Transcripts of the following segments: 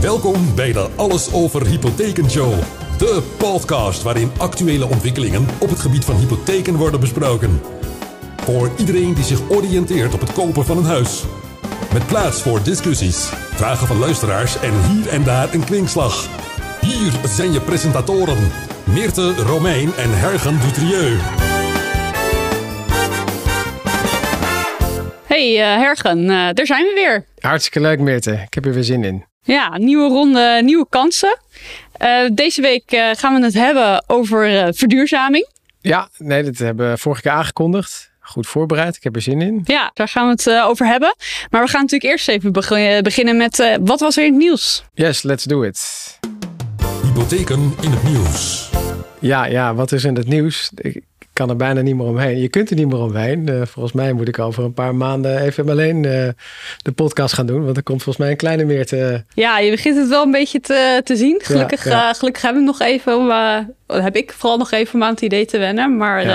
Welkom bij de Alles over Hypotheken Show. De podcast waarin actuele ontwikkelingen op het gebied van hypotheken worden besproken. Voor iedereen die zich oriënteert op het kopen van een huis. Met plaats voor discussies, vragen van luisteraars en hier en daar een klinkslag. Hier zijn je presentatoren Meerte Romein en Hergen Dutrieu. Hey Hergen, daar zijn we weer. Hartstikke leuk, Meerte. Ik heb er weer zin in. Ja, nieuwe ronde, nieuwe kansen. Deze week gaan we het hebben over verduurzaming. Ja, nee, dat hebben we vorige keer aangekondigd. Goed voorbereid, ik heb er zin in. Ja, daar gaan we het over hebben. Maar we gaan natuurlijk eerst even beginnen met wat was er in het nieuws? Yes, let's do it. Hypotheken in het nieuws. Ja, wat is in het nieuws? Ik kan er bijna niet meer omheen. Je kunt er niet meer omheen. Volgens mij moet ik over een paar maanden even alleen de podcast gaan doen. Want er komt volgens mij een kleine Meerte. Ja, je begint het wel een beetje te zien. Gelukkig hebben we nog even. Heb ik vooral nog even om aan het idee te wennen. Maar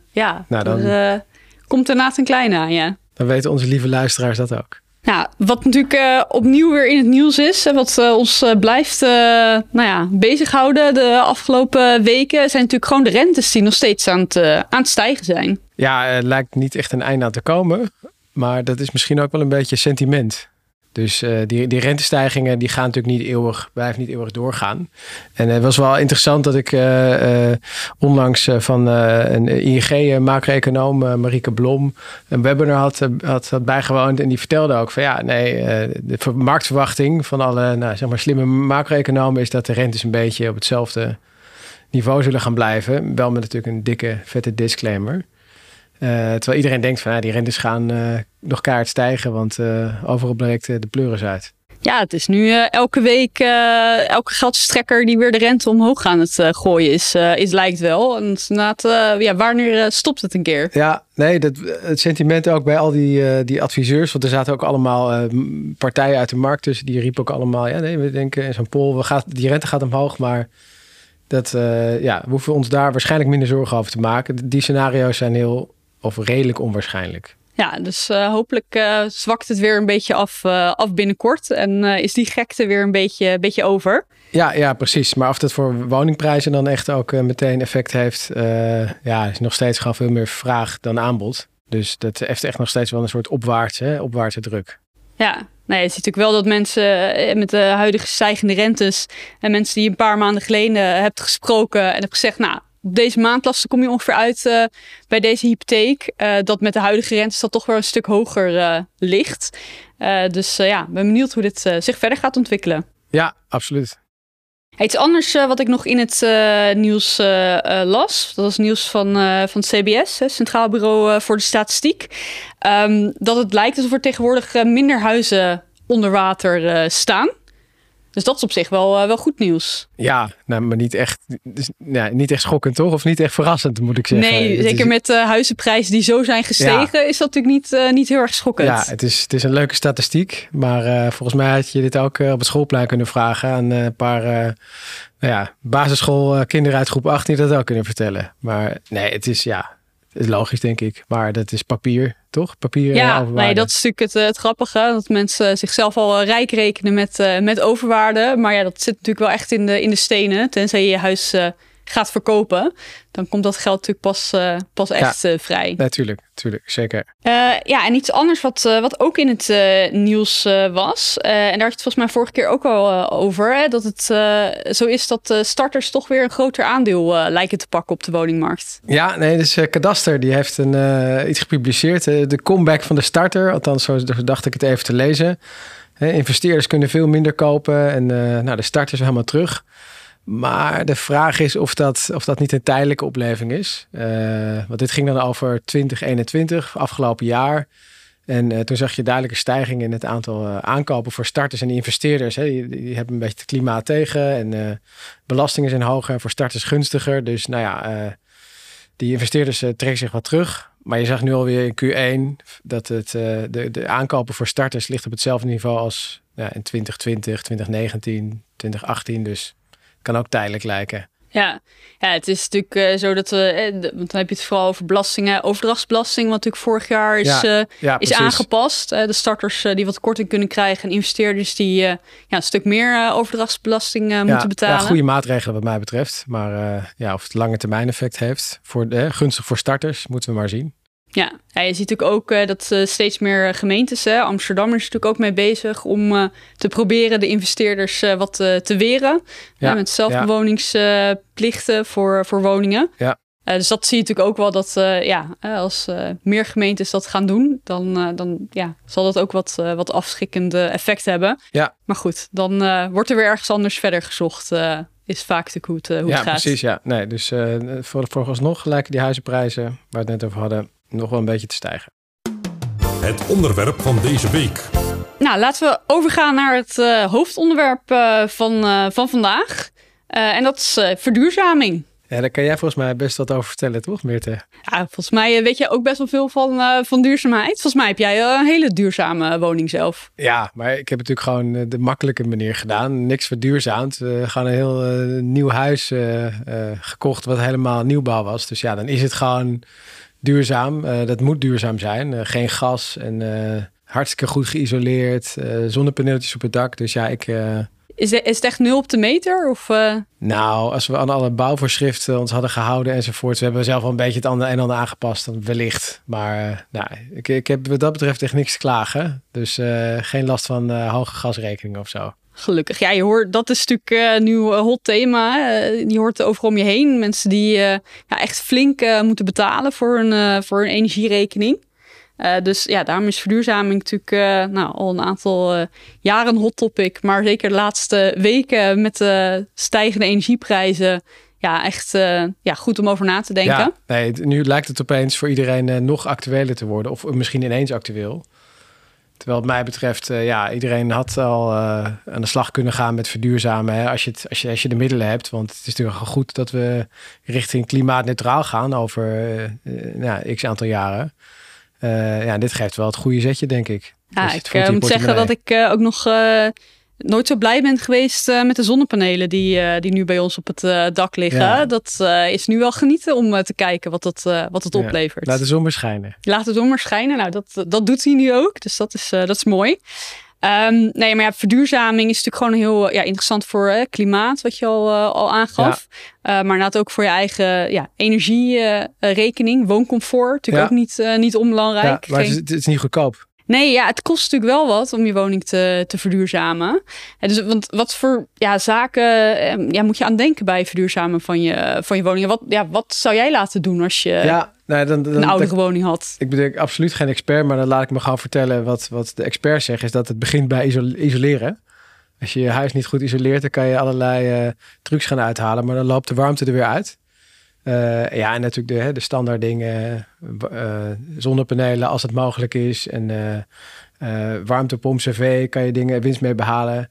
dan komt daarnaast een kleine aan, ja. Dan weten onze lieve luisteraars dat ook. Nou, wat natuurlijk opnieuw weer in het nieuws is, wat ons blijft bezighouden de afgelopen weken, zijn natuurlijk gewoon de rentes die nog steeds aan het stijgen zijn. Ja, het lijkt niet echt een einde aan te komen, maar dat is misschien ook wel een beetje sentiment. Dus die rentestijgingen die gaan natuurlijk blijven niet eeuwig doorgaan. En het was wel interessant dat ik onlangs van een ING-macro-econoom, Marieke Blom, een webinar had bijgewoond. En die vertelde ook van de marktverwachting van alle slimme macro-economen is dat de rentes een beetje op hetzelfde niveau zullen gaan blijven. Wel met natuurlijk een dikke, vette disclaimer. Terwijl iedereen denkt van die rentes gaan nog keihard stijgen, want overal breekt de pleuris uit. Ja, het is nu elke week, elke geldstrekker die weer de rente omhoog aan het gooien is lijkt wel. En wanneer stopt het een keer? Ja, nee, het sentiment ook bij al die adviseurs, want er zaten ook allemaal partijen uit de markt tussen, die riepen ook allemaal, we denken in zo'n poll, die rente gaat omhoog, maar we hoeven ons daar waarschijnlijk minder zorgen over te maken. Die scenario's zijn redelijk onwaarschijnlijk. Ja, dus hopelijk zwakt het weer een beetje af binnenkort. En is die gekte weer een beetje over. Ja, precies. Maar of dat voor woningprijzen dan echt ook meteen effect heeft, is nog steeds gewoon veel meer vraag dan aanbod. Dus dat heeft echt nog steeds wel een soort opwaartse druk. Ja. Nee, je ziet natuurlijk wel dat mensen met de huidige stijgende rentes en mensen die een paar maanden geleden hebt gesproken en hebben gezegd, op deze maandlasten kom je ongeveer uit bij deze hypotheek. Dat met de huidige rentes dat toch wel een stuk hoger ligt. Dus ben benieuwd hoe dit zich verder gaat ontwikkelen. Ja, absoluut. Iets anders wat ik nog in het nieuws las. Dat was nieuws van het CBS, Centraal Bureau voor de Statistiek. Dat het lijkt alsof er tegenwoordig minder huizen onder water staan. Dus dat is op zich wel goed nieuws. Ja, maar niet echt schokkend toch? Of niet echt verrassend, moet ik zeggen. Nee, zeker met huizenprijzen die zo zijn gestegen, is dat natuurlijk niet heel erg schokkend. Ja, het is een leuke statistiek. Maar volgens mij had je dit ook op het schoolplein kunnen vragen aan een paar basisschoolkinderen uit groep 8 die dat ook kunnen vertellen. Maar nee, het is logisch, denk ik. Maar dat is papier, toch? Papier overwaarde. Dat is natuurlijk het grappige. Dat mensen zichzelf al rijk rekenen met overwaarde. Maar dat zit natuurlijk wel echt in de stenen. Tenzij je je huis gaat verkopen. Dan komt dat geld natuurlijk pas echt vrij. Natuurlijk, zeker. En iets anders wat ook in het nieuws was. En daar had je het volgens mij vorige keer ook al over. Dat het zo is dat starters toch weer een groter aandeel lijken te pakken op de woningmarkt. Ja, nee, dus Kadaster die heeft iets gepubliceerd. De comeback van de starter. Althans, zo dacht ik het even te lezen. Investeerders kunnen veel minder kopen. En de starter is helemaal terug. Maar de vraag is of dat niet een tijdelijke opleving is. Want dit ging dan over 2021, afgelopen jaar. En toen zag je duidelijke stijging in het aantal aankopen voor starters en investeerders. Die hebben een beetje het klimaat tegen. En belastingen zijn hoger en voor starters gunstiger. Dus die investeerders trekken zich wat terug. Maar je zag nu alweer in Q1 dat de aankopen voor starters ligt op hetzelfde niveau als in 2020, 2019, 2018. Dus kan ook tijdelijk lijken. Ja, het is natuurlijk zo dat want dan heb je het vooral over belastingen, overdrachtsbelasting, wat natuurlijk vorig jaar is aangepast. De starters die wat korting kunnen krijgen en investeerders die een stuk meer overdrachtsbelasting moeten betalen. Ja, goede maatregelen wat mij betreft. Maar of het lange termijn effect heeft, gunstig voor starters, moeten we maar zien. Ja, je ziet natuurlijk ook dat steeds meer gemeentes, Amsterdam is natuurlijk ook mee bezig om te proberen de investeerders wat te weren. Met zelfbewoningsplichten voor woningen. Ja. Dus dat zie je natuurlijk ook wel dat als meer gemeentes dat gaan doen, dan zal dat ook wat afschrikkende effect hebben. Ja. Maar goed, dan wordt er weer ergens anders verder gezocht. Is vaak natuurlijk hoe het gaat. Ja, precies. Ja. Nee, dus vooralsnog lijken die huizenprijzen, waar we het net over hadden, nog wel een beetje te stijgen. Het onderwerp van deze week. Nou, laten we overgaan naar het hoofdonderwerp van vandaag. En dat is verduurzaming. Ja, daar kan jij volgens mij best wat over vertellen, toch, Meerte? Ja, volgens mij weet je ook best wel veel van duurzaamheid. Volgens mij heb jij een hele duurzame woning zelf. Ja, maar ik heb natuurlijk gewoon de makkelijke manier gedaan. Niks verduurzaamd. We gaan een heel nieuw huis gekocht wat helemaal nieuwbouw was. Dus ja, dan is het gewoon duurzaam. Dat moet duurzaam zijn. Geen gas en hartstikke goed geïsoleerd. Zonnepaneeltjes op het dak. Dus ja, Is het echt 0 op de meter? Of? Nou, als we aan alle bouwvoorschriften ons hadden gehouden enzovoort. We hebben zelf wel een beetje het een en ander aangepast, dan wellicht. Maar ik heb wat dat betreft echt niks te klagen. Dus geen last van hoge gasrekeningen of zo. Gelukkig. Ja, je hoort, dat is natuurlijk nu een hot thema. Je hoort overal om je heen. Mensen die echt flink moeten betalen voor hun energierekening. Dus ja, daarom is verduurzaming natuurlijk al een aantal jaren een hot topic. Maar zeker de laatste weken met de stijgende energieprijzen. Ja, echt goed om over na te denken. Ja, nee, nu lijkt het opeens voor iedereen nog actueler te worden. Of misschien ineens actueel. Terwijl wat mij betreft, iedereen had al aan de slag kunnen gaan met verduurzamen. Hè, als je de middelen hebt. Want het is natuurlijk al goed dat we richting klimaatneutraal gaan over x aantal jaren. Dit geeft wel het goede zetje, denk ik. Ja, dus ik moet zeggen dat ik ook nog nooit zo blij ben geweest met de zonnepanelen die nu bij ons op het dak liggen. Ja. Dat is nu wel genieten om te kijken wat het oplevert. Laat de zon maar schijnen. Laat de zon maar schijnen. Nou, dat doet hij nu ook. Dus dat is mooi. Maar verduurzaming is natuurlijk gewoon heel interessant voor klimaat, wat je al aangaf. Ja. Maar inderdaad ook voor je eigen energierekening, wooncomfort. Natuurlijk ook niet onbelangrijk. Ja, maar het is niet goedkoop. Nee, het kost natuurlijk wel wat om je woning te verduurzamen. Dus, want wat voor zaken moet je aan denken bij verduurzamen van je woning? Wat zou jij laten doen als je een oudere woning had? Ik ben absoluut geen expert, maar dan laat ik me gewoon vertellen wat de experts zeggen. Is dat het begint bij isoleren. Als je je huis niet goed isoleert, dan kan je allerlei trucs gaan uithalen. Maar dan loopt de warmte er weer uit. En natuurlijk de standaard dingen, zonnepanelen als het mogelijk is en warmtepomp, cv, kan je winst mee behalen.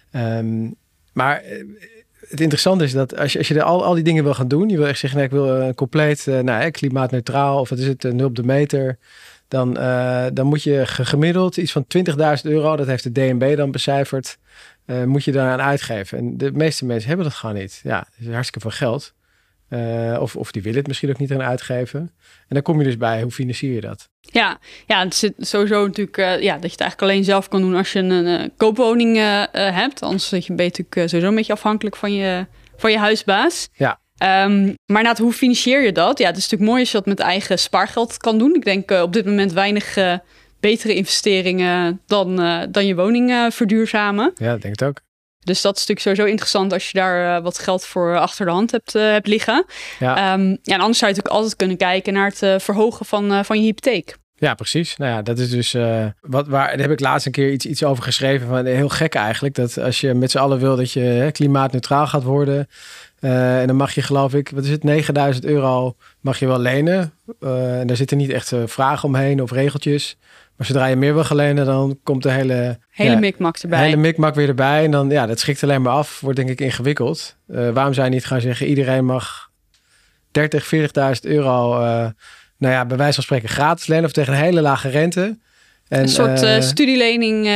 Maar het interessante is dat als je al die dingen wil gaan doen, je wil echt zeggen, ik wil compleet klimaatneutraal of wat is het, 0 op de meter, dan moet je gemiddeld iets van €20.000, dat heeft de DNB dan becijferd, moet je daaraan uitgeven. En de meeste mensen hebben dat gewoon niet. Ja, dat is hartstikke veel geld. Of die willen het misschien ook niet aan uitgeven. En dan kom je dus bij, hoe financier je dat? Ja, het zit sowieso natuurlijk dat je het eigenlijk alleen zelf kan doen als je een koopwoning hebt. Anders ben je natuurlijk sowieso een beetje afhankelijk van je huisbaas. Ja. Maar hoe financier je dat? Ja, het is natuurlijk mooi als je dat met eigen spaargeld kan doen. Ik denk op dit moment weinig betere investeringen dan je woning verduurzamen. Ja, ik denk het ook. Dus dat is natuurlijk sowieso interessant als je daar wat geld voor achter de hand hebt liggen. Ja. En anders zou je natuurlijk altijd kunnen kijken naar het verhogen van je hypotheek. Ja, precies. Nou ja, dat is dus daar heb ik laatst een keer iets over geschreven. Van heel gek eigenlijk. Dat als je met z'n allen wil dat je klimaatneutraal gaat worden. En dan mag je, geloof ik, wat is het, €9.000 mag je wel lenen. En daar zitten niet echt vragen omheen of regeltjes. Maar zodra je meer wil gaan lenen, dan komt de hele mikmak erbij. Hele mikmak weer erbij. En dan, dat schrikt alleen maar af. Wordt denk ik ingewikkeld. Waarom zou je niet gaan zeggen, iedereen mag €30.000, €40.000... bij wijze van spreken gratis lenen of tegen een hele lage rente. En, een soort studielening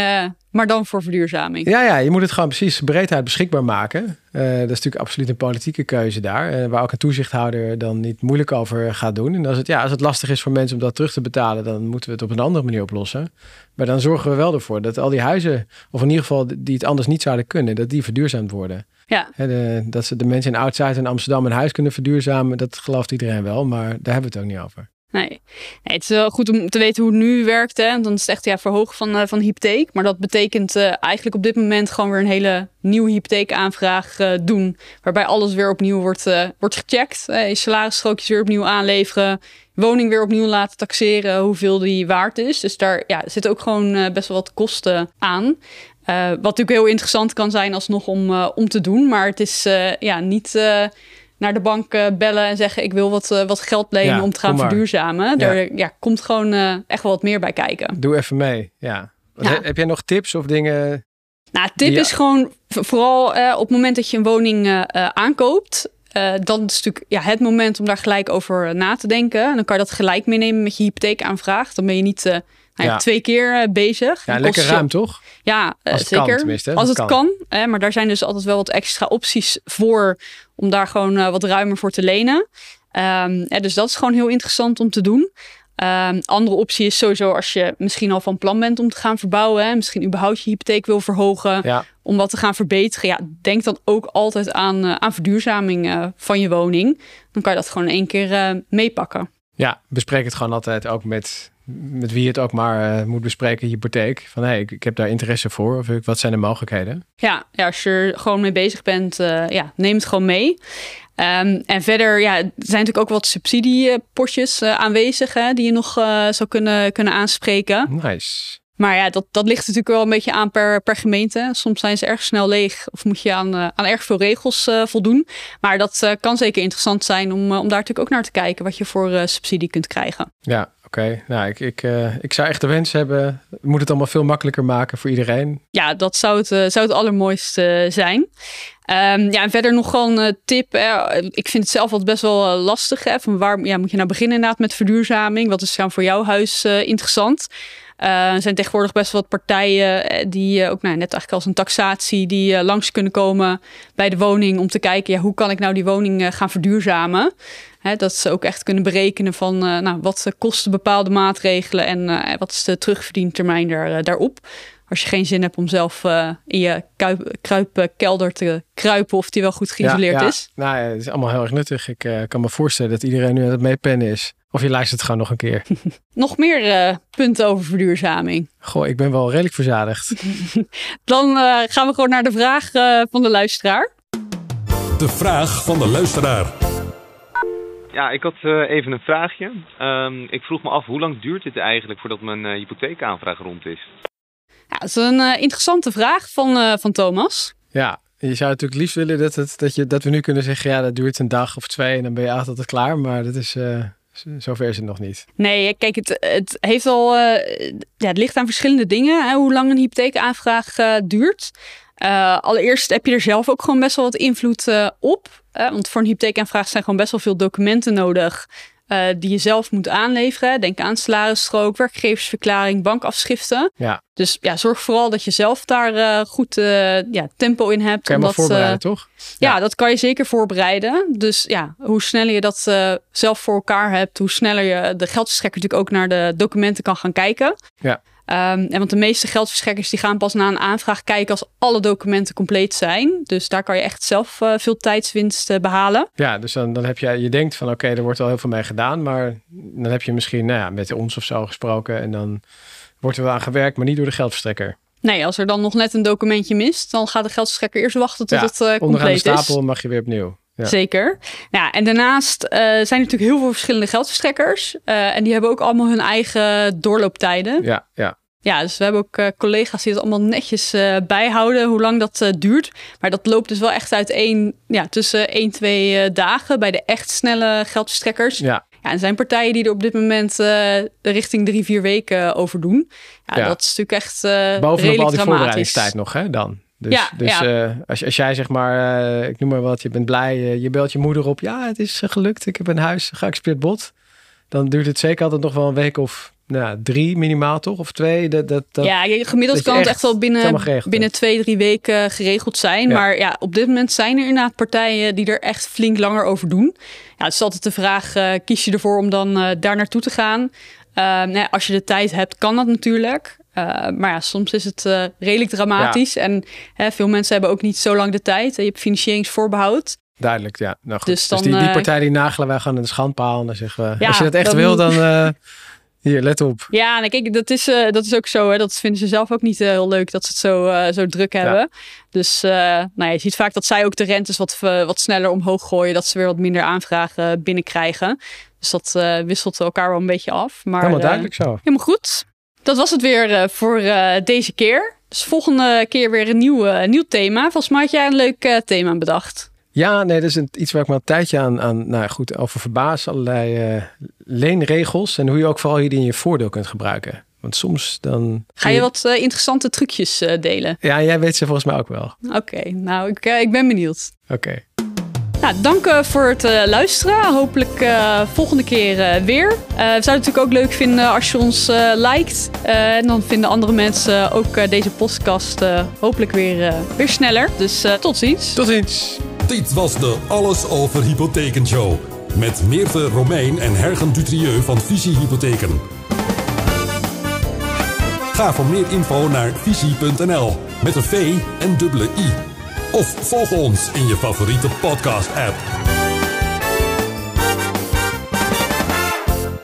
maar dan voor verduurzaming. Ja, je moet het gewoon precies breedheid beschikbaar maken. Dat is natuurlijk absoluut een politieke keuze daar. Waar ook een toezichthouder dan niet moeilijk over gaat doen. En als het lastig is voor mensen om dat terug te betalen, dan moeten we het op een andere manier oplossen. Maar dan zorgen we wel ervoor dat al die huizen, of in ieder geval die het anders niet zouden kunnen, dat die verduurzaamd worden. Ja. Dat ze de mensen in Oud-Zuid en Amsterdam een huis kunnen verduurzamen, dat gelooft iedereen wel. Maar daar hebben we het ook niet over. Nee, het is wel goed om te weten hoe het nu werkt. Hè? Want dan is het echt verhogen van de hypotheek. Maar dat betekent eigenlijk op dit moment gewoon weer een hele nieuwe hypotheekaanvraag doen. Waarbij alles weer opnieuw wordt gecheckt. Je salarisstrookjes weer opnieuw aanleveren. Woning weer opnieuw laten taxeren hoeveel die waard is. Dus daar zitten ook gewoon best wel wat kosten aan. Wat natuurlijk heel interessant kan zijn alsnog om te doen. Maar het is niet naar de bank bellen en zeggen ik wil wat geld lenen om te gaan verduurzamen. Daar komt gewoon echt wel wat meer bij kijken. Doe even mee, ja. Heb jij nog tips of dingen? Nou, tip is gewoon vooral op het moment dat je een woning aankoopt. Dan is het natuurlijk het moment om daar gelijk over na te denken. En dan kan je dat gelijk meenemen met je hypotheekaanvraag. Dan ben je niet 2 keer bezig. Ja, lekker ruim toch? Ja, als het zeker. Kan, tenminste. Als het kan. Maar daar zijn dus altijd wel wat extra opties voor om daar gewoon wat ruimer voor te lenen. Dus dat is gewoon heel interessant om te doen. Andere optie is sowieso als je misschien al van plan bent om te gaan verbouwen. Hè, misschien überhaupt je hypotheek wil verhogen. Om wat te gaan verbeteren. Ja, denk dan ook altijd aan verduurzaming van je woning. Dan kan je dat gewoon in 1 keer meepakken. Ja, bespreek het gewoon altijd ook met wie je het ook maar moet bespreken, hypotheek. Van ik heb daar interesse voor. Of wat zijn de mogelijkheden? Ja, als je er gewoon mee bezig bent, neem het gewoon mee. En verder er zijn natuurlijk ook wat subsidiepotjes aanwezig die je nog zou kunnen aanspreken. Nice. Maar dat ligt natuurlijk wel een beetje aan per gemeente. Soms zijn ze erg snel leeg of moet je aan erg veel regels voldoen. Maar dat kan zeker interessant zijn om daar natuurlijk ook naar te kijken wat je voor subsidie kunt krijgen. Ja. Oké. Nou, ik zou echt de wens hebben. We moeten het allemaal veel makkelijker maken voor iedereen. Ja, dat zou het allermooiste zijn. En verder nog gewoon een tip. Ik vind het zelf altijd best wel lastig. Van waar moet je nou beginnen inderdaad met verduurzaming? Wat is dan voor jouw huis interessant? Er zijn tegenwoordig best wel wat partijen die ook net eigenlijk als een taxatie die langs kunnen komen bij de woning om te kijken hoe kan ik nou die woning gaan verduurzamen. Dat ze ook echt kunnen berekenen van wat kosten bepaalde maatregelen en wat is de terugverdientermijn daarop. Als je geen zin hebt om zelf in je kruipkelder te kruipen of die wel goed geïsoleerd is. Nou ja, het is allemaal heel erg nuttig. Ik kan me voorstellen dat iedereen nu aan het meepennen is. Of je luistert gewoon nog een keer. Nog meer punten over verduurzaming. Goh, ik ben wel redelijk verzadigd. Dan gaan we gewoon naar de vraag van de luisteraar. De vraag van de luisteraar. Ja, ik had even een vraagje. Ik vroeg me af, hoe lang duurt het eigenlijk voordat mijn hypotheekaanvraag rond is? Ja, dat is een interessante vraag van Thomas. Ja, je zou natuurlijk liefst willen dat we nu kunnen zeggen, dat duurt een dag of 2 en dan ben je altijd klaar. Maar dat is, zover is het nog niet. Nee, kijk, het heeft al, het ligt aan verschillende dingen, hoe lang een hypotheekaanvraag duurt. Allereerst heb je er zelf ook gewoon best wel wat invloed op. Want voor een hypotheekaanvraag zijn gewoon best wel veel documenten nodig die je zelf moet aanleveren. Denk aan salarisstrook, werkgeversverklaring, bankafschriften. Ja. Dus zorg vooral dat je zelf daar goed tempo in hebt. Kan je maar voorbereiden, toch? Ja, dat kan je zeker voorbereiden. Dus hoe sneller je dat zelf voor elkaar hebt, hoe sneller je de geldverstrekker natuurlijk ook naar de documenten kan gaan kijken. Ja. Want de meeste geldverstrekkers die gaan pas na een aanvraag kijken als alle documenten compleet zijn. Dus daar kan je echt zelf veel tijdswinst behalen. Ja, dus dan heb je denkt van oké, er wordt al heel veel mee gedaan. Maar dan heb je misschien met ons of zo gesproken. En dan wordt er wel aan gewerkt, maar niet door de geldverstrekker. Nee, als er dan nog net een documentje mist, dan gaat de geldverstrekker eerst wachten tot het compleet is. Onderaan de stapel mag je weer opnieuw. Ja. Zeker. Ja, en daarnaast zijn er natuurlijk heel veel verschillende geldverstrekkers. En die hebben ook allemaal hun eigen doorlooptijden. Ja, dus we hebben ook collega's die het allemaal netjes bijhouden, hoe lang dat duurt. Maar dat loopt dus wel echt uiteen tussen 1-2 dagen bij de echt snelle geldverstrekkers. Ja, en er zijn partijen die er op dit moment richting 3-4 weken over doen. Ja, dat is natuurlijk echt bovenop al die voorbereidingstijd nog, hè, dan? Dus als jij zeg maar, ik noem maar wat, je bent blij, je belt je moeder op. Ja, het is gelukt, ik heb een huis, geaccepteerd bod. Dan duurt het zeker altijd nog wel een week of 3 minimaal toch? Of 2? Gemiddeld kan het echt wel binnen 2-3 weken geregeld zijn. Ja. Maar ja, op dit moment zijn er inderdaad partijen die er echt flink langer over doen. Ja, het is altijd de vraag, kies je ervoor om dan daar naartoe te gaan? Als je de tijd hebt, kan dat natuurlijk. Maar ja, soms is het redelijk dramatisch. Ja. En veel mensen hebben ook niet zo lang de tijd. Je hebt financieringsvoorbehoud. Duidelijk, ja. Nou goed. Dus die partij die nagelen wij gewoon in de schandpaal. En dan zeggen we, als je dat echt wil, dan... Hier, let op. Ja, kijk, dat is ook zo. Hè. Dat vinden ze zelf ook niet heel leuk dat ze het zo druk hebben. Ja. Dus je ziet vaak dat zij ook de rentes wat sneller omhoog gooien. Dat ze weer wat minder aanvragen binnenkrijgen. Dus dat wisselt elkaar wel een beetje af. Maar, helemaal duidelijk zo. Helemaal goed. Dat was het weer voor deze keer. Dus volgende keer weer een nieuw thema. Volgens mij had jij een leuk thema bedacht. Ja, nee, dat is iets waar ik me al een tijdje aan over verbaas. Allerlei leenregels en hoe je ook vooral hierin je voordeel kunt gebruiken. Want soms dan... Ga je wat interessante trucjes delen? Ja, jij weet ze volgens mij ook wel. Oké, nou, ik ben benieuwd. Oké. Nou, dank voor het luisteren. Hopelijk volgende keer weer. We zouden het natuurlijk ook leuk vinden als je ons liked. En dan vinden andere mensen ook deze podcast hopelijk weer sneller. Dus tot ziens. Tot ziens. Dit was de Alles Over Hypotheken Show. Met Meerte Romein en Hergen Dutrieu van Visie Hypotheken. Ga voor meer info naar visie.nl met een V en dubbele I. Of volg ons in je favoriete podcast app.